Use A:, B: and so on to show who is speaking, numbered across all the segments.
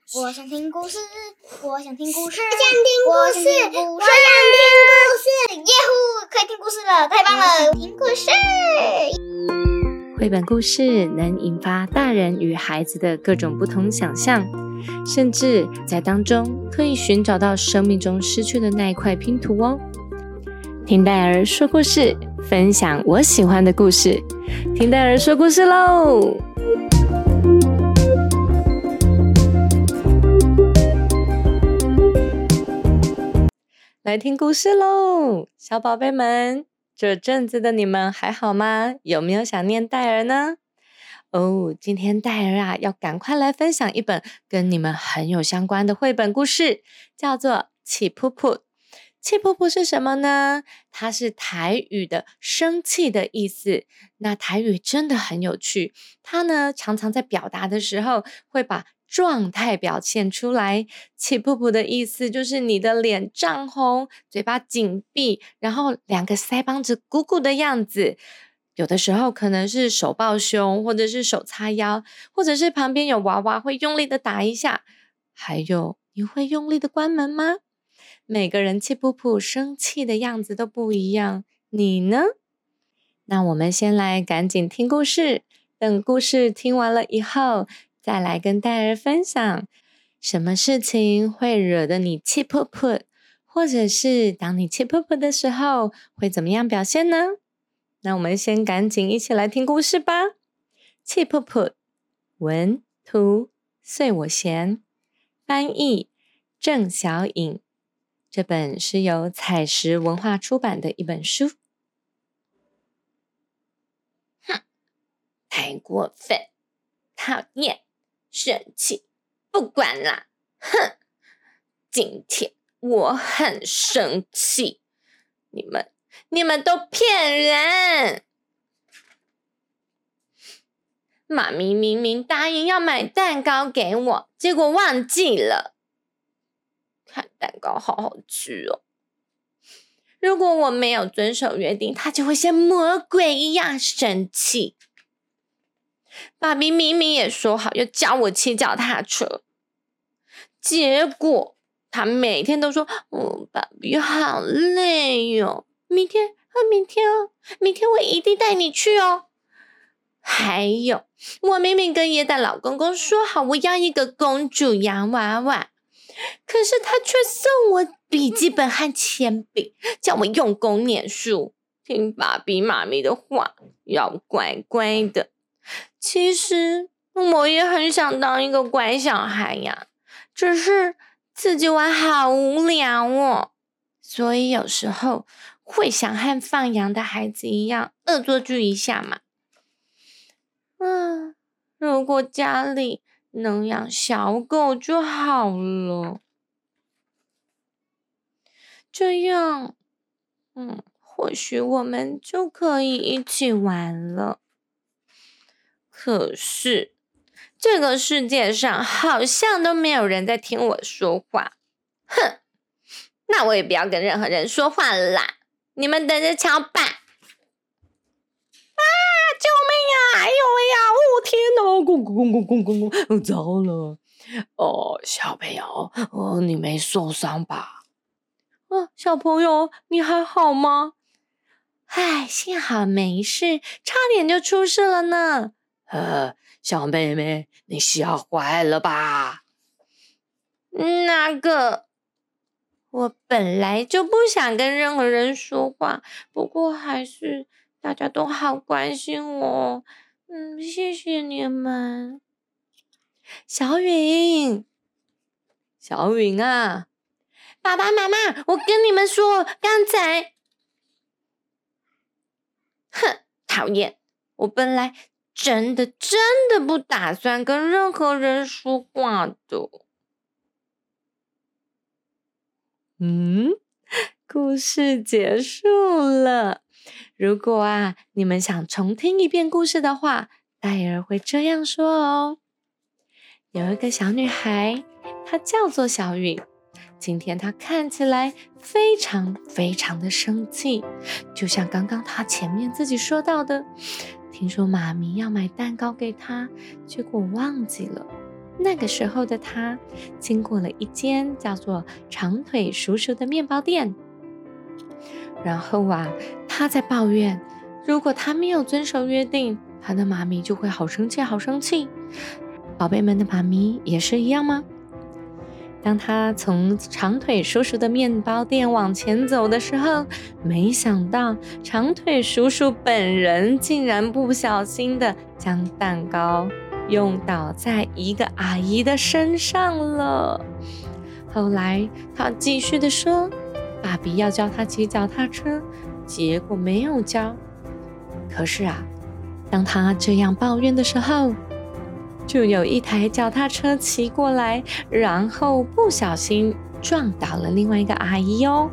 A: 我想听故事，我想听故事，
B: 我想听故事，我想听故事，
A: 耶呼！可以听故事了，太棒了！听故事。
C: 绘本故事能引发大人与孩子的各种不同想象，甚至在当中可以寻找到生命中失去的那一块拼图哦。听戴儿说故事，分享我喜欢的故事。听戴儿说故事喽！来听故事喽，小宝贝们，这阵子的你们还好吗？有没有想念戴儿呢？今天戴儿要赶快来分享一本跟你们很有相关的绘本故事，叫做《气噗噗》。气噗噗是什么呢？它是台语的生气的意思。那台语真的很有趣，它呢常常在表达的时候会把状态表现出来。气噗噗的意思就是你的脸涨红，嘴巴紧闭，然后两个腮帮子鼓鼓的样子。有的时候可能是手抱胸，或者是手叉腰，或者是旁边有娃娃会用力的打一下。还有，你会用力的关门吗？每个人气噗噗生气的样子都不一样，你呢？那我们先来赶紧听故事，等故事听完了以后，再来跟戴儿分享什么事情会惹得你气噗噗，或者是当你气噗噗的时候会怎么样表现呢？那我们先赶紧一起来听故事吧。气噗噗，文图穗我贤，翻译郑小颖。这本是由采石文化出版的一本书。太过分，讨厌，生气，不管啦，今天我很生气，你们都骗人！妈咪明明答应要买蛋糕给我，结果忘记了。看蛋糕好好吃哦。如果我没有遵守约定，他就会像魔鬼一样生气。爸比明明也说好要教我骑脚踏车，结果他每天都说爸比好累哦，明天我一定带你去哦。还有，我明明跟耶诞老公公说好我要一个公主洋娃娃，可是他却送我笔记本和铅笔，叫我用功念书，听爸比妈咪的话，要乖乖的。其实我也很想当一个乖小孩呀，只是自己玩好无聊哦，所以有时候会想和放羊的孩子一样恶作剧一下嘛。如果家里能养小狗就好了，这样或许我们就可以一起玩了。可是这个世界上好像都没有人在听我说话，那我也不要跟任何人说话了啦，你们等着瞧吧。救命啊！哎呦呀！天哪！糟了！小朋友，你没受伤吧？小朋友，你还好吗？幸好没事，差点就出事了呢。小妹妹，你吓坏了吧？我本来就不想跟任何人说话，不过还是大家都好关心我，谢谢你们。小允啊，爸爸妈妈，我跟你们说，刚才，讨厌，我本来真的不打算跟任何人说话的。故事结束了。如果你们想重听一遍故事的话，戴儿会这样说哦。有一个小女孩，她叫做小允。今天她看起来非常的生气，就像刚刚她前面自己说到的，听说妈咪要买蛋糕给她，结果忘记了。 那个时候的他经过了一间叫做长腿叔叔的面包店，然后他在抱怨，如果他没有遵守约定，他的妈咪就会好生气好生气。宝贝们的妈咪也是一样吗？当他从长腿叔叔的面包店往前走的时候，没想到长腿叔叔本人竟然不小心的将蛋糕用倒在一个阿姨的身上了。后来他继续的说，爸比要教他骑脚踏车，结果没有教。可是当他这样抱怨的时候，就有一台脚踏车骑过来，然后不小心撞倒了另外一个阿姨哦。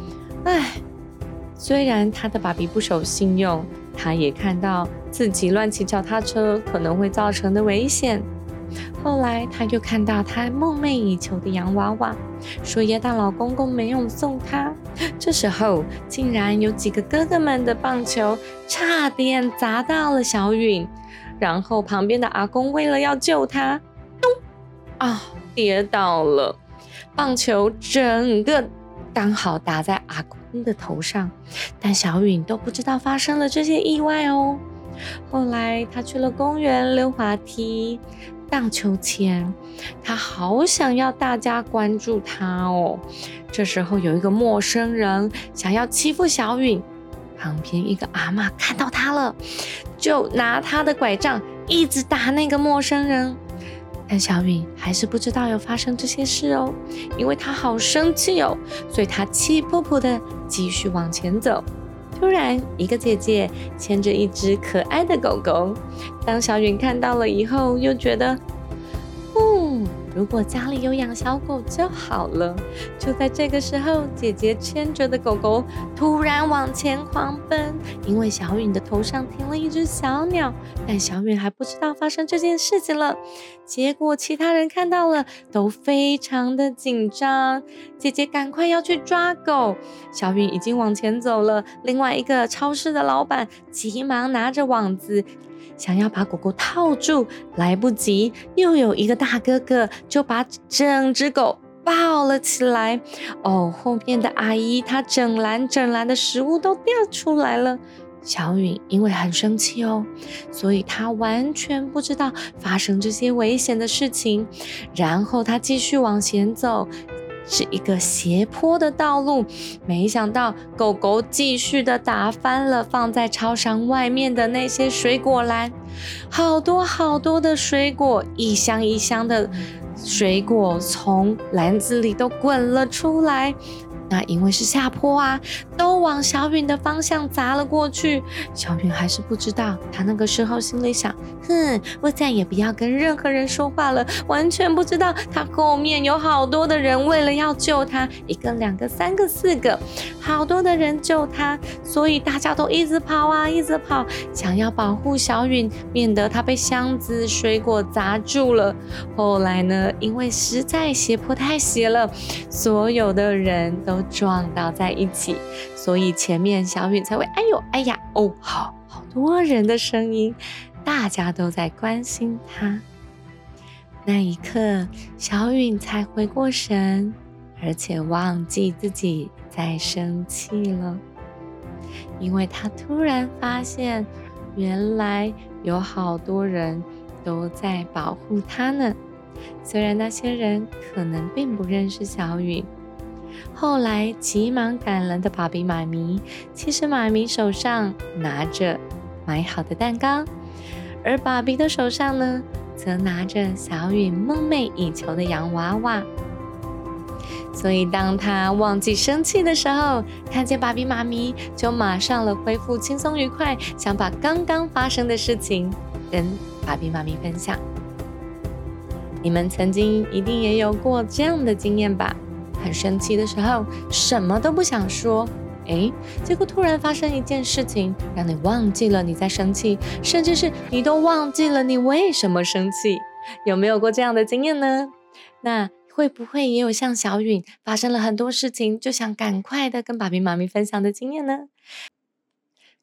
C: 虽然他的爸比不守信用，他也看到自己乱骑脚踏车可能会造成的危险。后来他又看到他梦寐以求的洋娃娃，说耶诞老公公没有送他。这时候竟然有几个哥哥们的棒球差点砸到了小允，然后旁边的阿公为了要救他，跌倒了，棒球整个刚好打在阿公的头上，但小允都不知道发生了这些意外哦。后来他去了公园溜滑梯、荡秋千，他好想要大家关注他哦。这时候有一个陌生人想要欺负小允，旁边一个阿嬷看到他了，就拿他的拐杖一直打那个陌生人。但小允还是不知道有发生这些事哦，因为他好生气哦，所以他气扑扑的继续往前走。突然一个姐姐牵着一只可爱的狗狗，当小允看到了以后，又觉得如果家里有养小狗就好了。就在这个时候，姐姐牵着的狗狗突然往前狂奔，因为小允的头上停了一只小鸟，但小允还不知道发生这件事情了。结果其他人看到了都非常的紧张，姐姐赶快要去抓狗，小允已经往前走了。另外一个超市的老板急忙拿着网子想要把狗狗套住，来不及，又有一个大哥哥就把整只狗抱了起来。后面的阿姨她整篮的食物都掉出来了。小允因为很生气哦，所以她完全不知道发生这些危险的事情。然后她继续往前走，是一个斜坡的道路，没想到狗狗继续的打翻了放在超商外面的那些水果篮，好多的水果，一箱一箱的水果从篮子里都滚了出来。那因为是下坡都往小允的方向砸了过去。小允还是不知道，他那个时候心里想，我再也不要跟任何人说话了，完全不知道他后面有好多的人为了要救他，一个两个三个四个，好多的人救他，所以大家都一直跑一直跑，想要保护小允，免得他被箱子水果砸住了。后来呢，因为实在斜坡太斜了，所有的人都撞到在一起，所以前面小允才会哎呦哎呀好多人的声音，大家都在关心他。那一刻小允才回过神，而且忘记自己在生气了，因为他突然发现原来有好多人都在保护他呢。虽然那些人可能并不认识小允。后来急忙赶来的爸比妈咪，其实妈咪手上拿着买好的蛋糕，而爸比的手上呢，则拿着小允梦寐以求的洋娃娃。所以当他忘记生气的时候，看见爸比妈咪，就马上了恢复轻松愉快，想把刚刚发生的事情跟爸比妈咪分享。你们曾经一定也有过这样的经验吧？很生气的时候，什么都不想说，结果突然发生一件事情，让你忘记了你在生气，甚至是你都忘记了你为什么生气。有没有过这样的经验呢？那会不会也有像小允发生了很多事情，就想赶快的跟爸比妈咪分享的经验呢？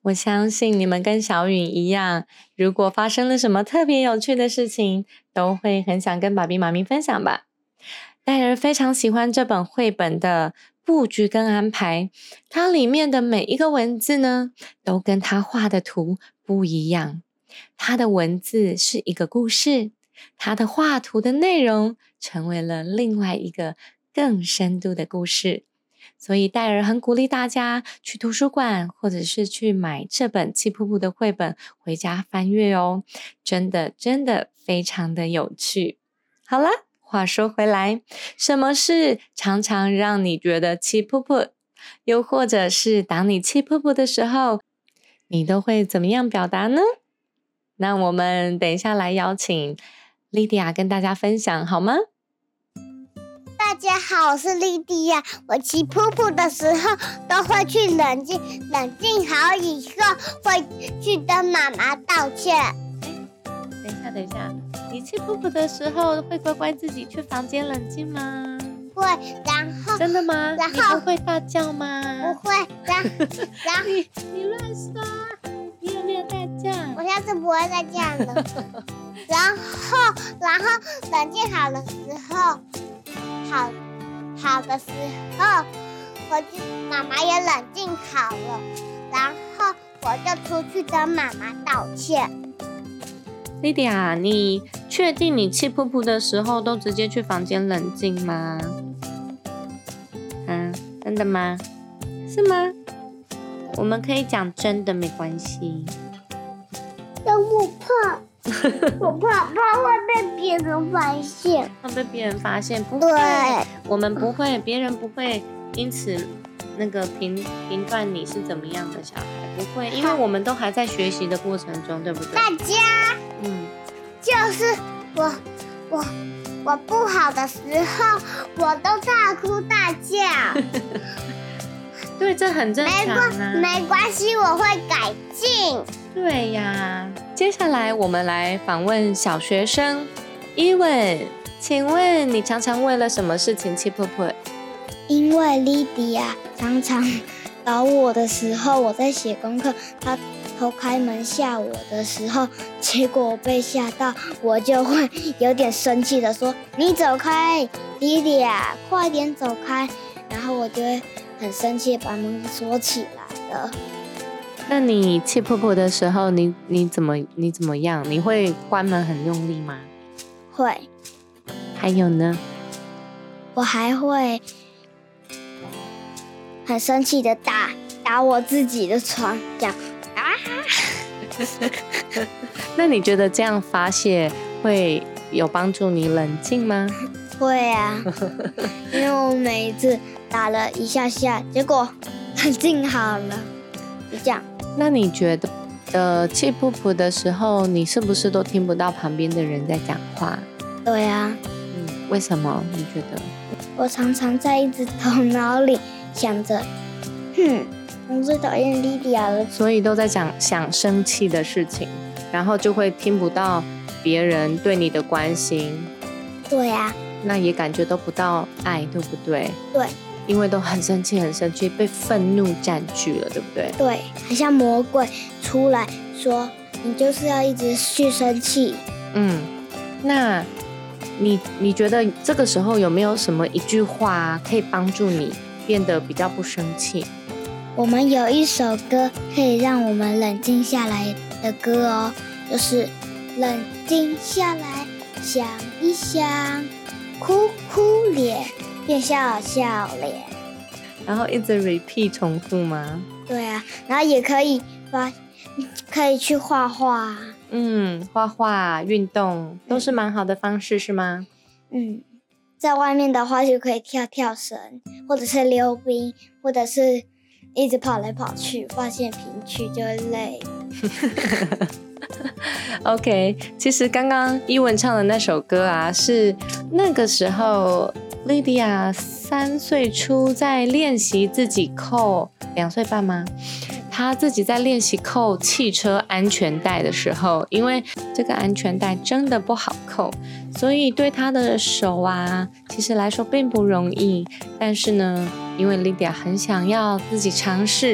C: 我相信你们跟小允一样，如果发生了什么特别有趣的事情，都会很想跟爸比妈咪分享吧。戴尔非常喜欢这本绘本的布局跟安排，它里面的每一个文字呢，都跟他画的图不一样。它的文字是一个故事，它的画图的内容成为了另外一个更深度的故事。所以戴尔很鼓励大家去图书馆或者是去买这本气瀑布的绘本回家翻阅哦，真的非常的有趣。好了，话说回来，什么事常常让你觉得气瀑布？又或者是当你气瀑布的时候，你都会怎么样表达呢？那我们等一下来邀请莉迪亚跟大家分享好吗？
B: 大家好，我是莉迪亚。我气瀑布的时候都会去冷静好以后会去跟妈妈道歉。
C: 等一下，你气瀑布的时候会乖乖自己去房间冷静吗？
B: 会，然后
C: 真的吗？
B: 然后
C: 你不会大叫吗？
B: 不会，然后
C: 你乱说，你有没有大叫？
B: 我下次不会再这样了。然后冷静好的时候，好的时候，妈妈也冷静好了，然后我就出去跟妈妈道歉。
C: 莉迪亚，你确定你气瀑布的时候都直接去房间冷静吗？真的吗？是吗？我们可以讲真的，没关系。
B: 但我怕会被别人发现。
C: 怕被别人发现？不会，
B: 对，
C: 我们不会，别人不会因此那个评断你是怎么样的小孩，不会，因为我们都还在学习的过程中，对不对？
B: 大家，就是我不好的时候，我都大哭大叫。
C: 对，这很正常啊。
B: 没关系，我会改进。
C: 对呀，接下来我们来访问小学生伊文，请问你常常为了什么事情气瀑布？
B: 因为莉迪亚常常找我的时候，我在写功课，她偷开门吓我的时候，结果我被吓到，我就会有点生气的说：“你走开，莉迪亚，快点走开！”然后我就会很生气，把门锁起来了。
C: 那你气瀑布的时候，你怎么样？你会关门很用力吗？
B: 会。
C: 还有呢？
B: 我还会很生气的打我自己的床，这样啊。
C: 那你觉得这样发泄会有帮助你冷静吗？
B: 会啊，因为我每一次打了一下下，结果冷静好了，就这样。
C: 那你觉得气瀑布的时候，你是不是都听不到旁边的人在讲话？
B: 对啊。
C: 为什么？你觉得？
B: 我常常在一直头脑里想着，我最讨厌莉迪亚了，
C: 所以都在想生气的事情，然后就会听不到别人对你的关心。
B: 对啊。
C: 那也感觉都不到爱，对不对？
B: 对。
C: 因为都很生气，被愤怒占据了，对不对？
B: 对，很像魔鬼出来说，你就是要一直去生气。
C: 那你觉得这个时候有没有什么一句话可以帮助你变得比较不生气？
B: 我们有一首歌可以让我们冷静下来的歌哦，就是冷静下来，想一想，哭哭脸变笑笑脸，
C: 然后一直 repeat 重复吗？
B: 对啊，然后也可以去画画。
C: 画画、运动都是蛮好的方式，是吗？
B: 在外面的话就可以跳绳，或者是溜冰，或者是一直跑来跑去，画线平去就会累。
C: OK， 其实刚刚伊文唱的那首歌啊，是那个时候莉迪亚3岁初在练习自己扣2岁半吗？她自己在练习扣汽车安全带的时候，因为这个安全带真的不好扣，所以对她的手啊，其实来说并不容易。但是呢，因为莉迪亚很想要自己尝试，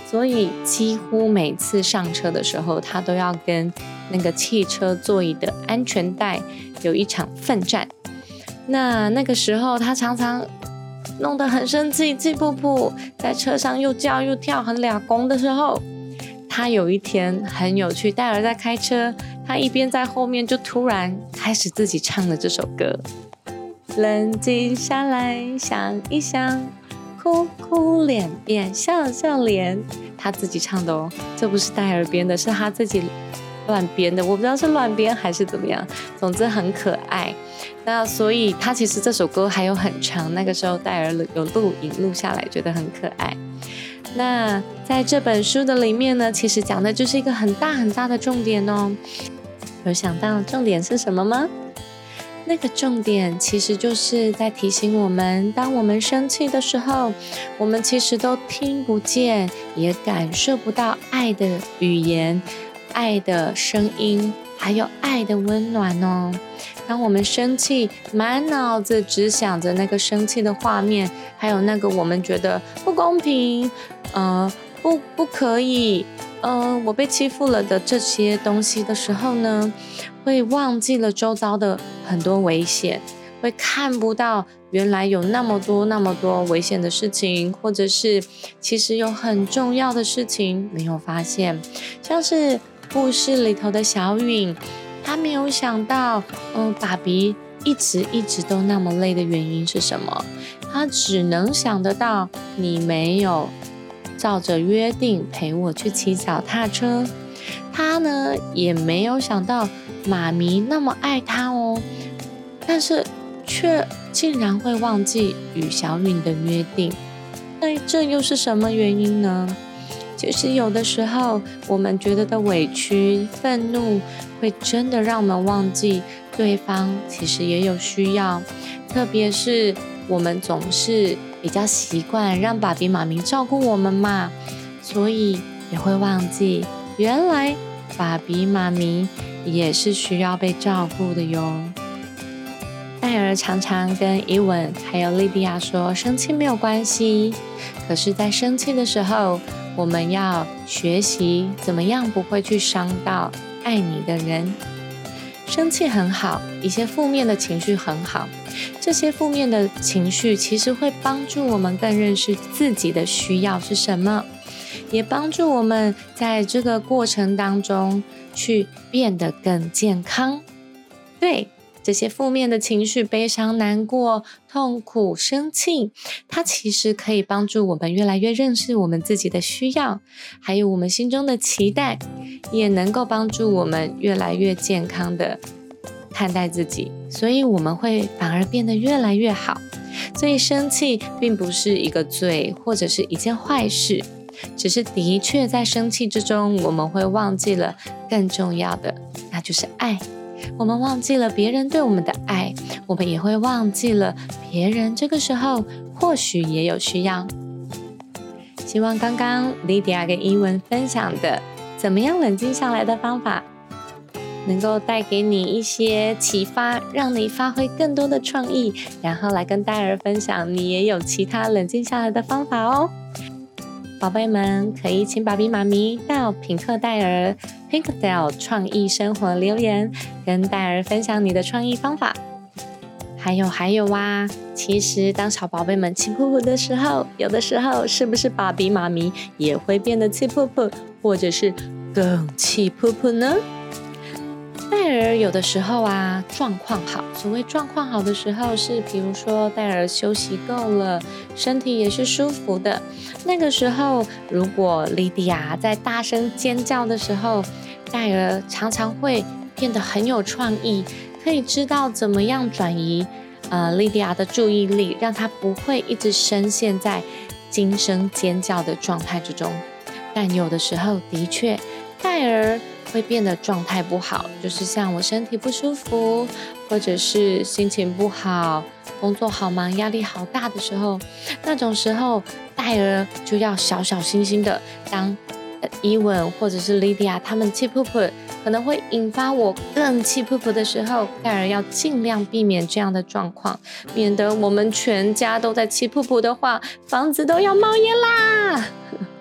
C: 所以几乎每次上车的时候，他都要跟那个汽车座椅的安全带有一场奋战。那个时候他常常弄得很生气，气噗噗，在车上又叫又跳，很俩公的时候，他有一天很有趣，戴尔在开车，他一边在后面就突然开始自己唱了这首歌。冷静下来想一想，哭哭脸变笑笑脸，他自己唱的哦，这不是戴尔编的，是他自己乱编的，我不知道是乱编还是怎么样，总之很可爱。那所以他其实这首歌还有很长，那个时候戴尔有录影录下来，觉得很可爱。那在这本书的里面呢，其实讲的就是一个很大很大的重点哦。有想到重点是什么吗？那个重点其实就是在提醒我们，当我们生气的时候，我们其实都听不见，也感受不到爱的语言、爱的声音，还有爱的温暖哦。当我们生气，满脑子只想着那个生气的画面，还有那个我们觉得不公平，不可以，我被欺负了的这些东西的时候呢，会忘记了周遭的很多危险，会看不到原来有那么多危险的事情，或者是其实有很重要的事情没有发现。像是故事里头的小允，他没有想到爸比一直都那么累的原因是什么，他只能想得到你没有照着约定陪我去骑脚踏车。他呢也没有想到妈咪那么爱他哦，但是却竟然会忘记与小允的约定。那这又是什么原因呢？其实有的时候我们觉得的委屈、愤怒，会真的让我们忘记对方其实也有需要，特别是我们总是比较习惯让爸比妈咪照顾我们嘛，所以也会忘记原来爸比妈咪也是需要被照顾的哟。戴尔常常跟伊文还有莉迪亚说，生气没有关系，可是在生气的时候，我们要学习怎么样不会去伤到爱你的人。生气很好，一些负面的情绪很好，这些负面的情绪其实会帮助我们更认识自己的需要是什么，也帮助我们在这个过程当中去变得更健康。对，这些负面的情绪，悲伤、难过、痛苦、生气，它其实可以帮助我们越来越认识我们自己的需要，还有我们心中的期待，也能够帮助我们越来越健康的看待自己，所以我们会反而变得越来越好。所以生气并不是一个罪，或者是一件坏事，只是的确在生气之中，我们会忘记了更重要的，那就是爱。我们忘记了别人对我们的爱，我们也会忘记了别人这个时候或许也有需要。希望刚刚莉迪亚跟伊文分享的怎么样冷静下来的方法，能够带给你一些启发，让你发挥更多的创意，然后来跟戴尔分享你也有其他冷静下来的方法哦。宝贝们可以请爸比妈咪到品客戴尔 Pinkdale 创意生活留言，跟戴尔分享你的创意方法。还有啊，其实当小宝贝们气噗噗的时候，有的时候是不是爸比妈咪也会变得气噗噗，或者是更气噗噗呢？戴尔有的时候啊，状况好，所谓状况好的时候是，比如说戴尔休息够了，身体也是舒服的。那个时候，如果莉迪亚在大声尖叫的时候，戴尔常常会变得很有创意，可以知道怎么样转移莉迪亚的注意力，让她不会一直深陷在惊声尖叫的状态之中。但有的时候的确，戴尔会变得状态不好，就是像我身体不舒服，或者是心情不好，工作好忙，压力好大的时候，那种时候戴尔就要小小心心的，当伊文或者是莉迪亚他们气噗噗可能会引发我更气噗噗的时候，戴尔要尽量避免这样的状况，免得我们全家都在气噗噗的话，房子都要冒烟啦。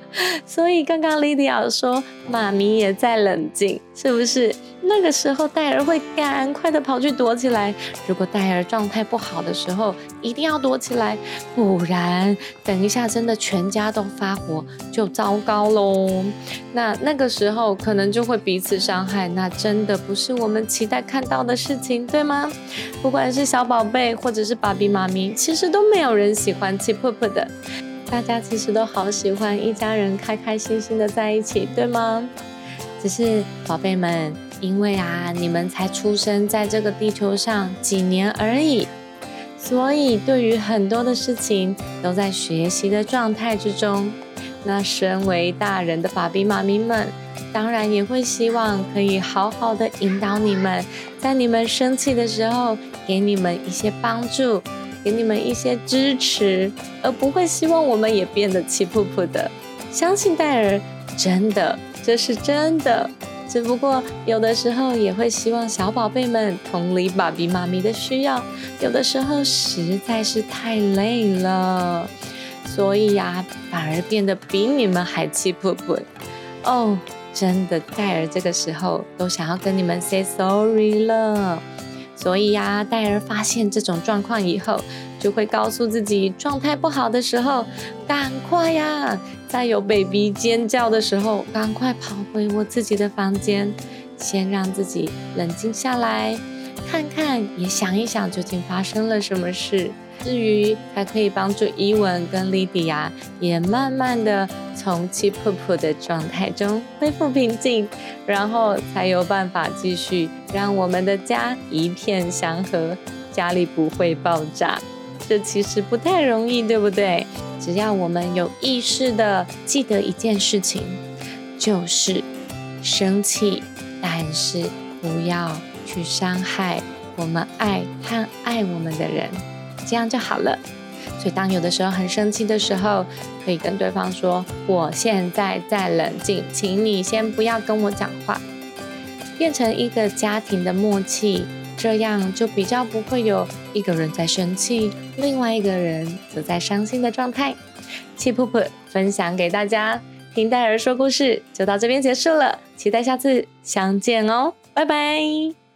C: 所以刚刚 Lydia 说妈咪也在冷静，是不是？那个时候戴尔会赶快的跑去躲起来。如果戴尔状态不好的时候，一定要躲起来，不然等一下真的全家都发火就糟糕咯。那个时候可能就会彼此伤害，那真的不是我们期待看到的事情，对吗？不管是小宝贝或者是爸比妈咪，其实都没有人喜欢气噗噗的，大家其实都好喜欢一家人开开心心的在一起，对吗？只是宝贝们，因为你们才出生在这个地球上几年而已，所以对于很多的事情都在学习的状态之中。那身为大人的爸比妈咪们，当然也会希望可以好好的引导你们，在你们生气的时候给你们一些帮助，给你们一些支持，而不会希望我们也变得气噗噗的。相信戴尔，真的，这是真的。只不过有的时候也会希望小宝贝们同理爸比妈咪的需要，有的时候实在是太累了，所以反而变得比你们还气噗噗。哦，真的，戴尔这个时候都想要跟你们 say sorry 了。所以戴尔发现这种状况以后，就会告诉自己状态不好的时候，赶快在有 baby 尖叫的时候，赶快跑回我自己的房间，先让自己冷静下来，看看也想一想究竟发生了什么事。至于才可以帮助伊文跟莉迪亚也慢慢的从气噗噗的状态中恢复平静，然后才有办法继续让我们的家一片祥和，家里不会爆炸。这其实不太容易，对不对？只要我们有意识的记得一件事情，就是生气，但是不要去伤害我们爱和爱我们的人，这样就好了。所以当有的时候很生气的时候，可以跟对方说，我现在在冷静，请你先不要跟我讲话，变成一个家庭的默契，这样就比较不会有一个人在生气，另外一个人则在伤心的状态。气噗噗分享给大家，听戴尔说故事就到这边结束了，期待下次相见哦，拜拜。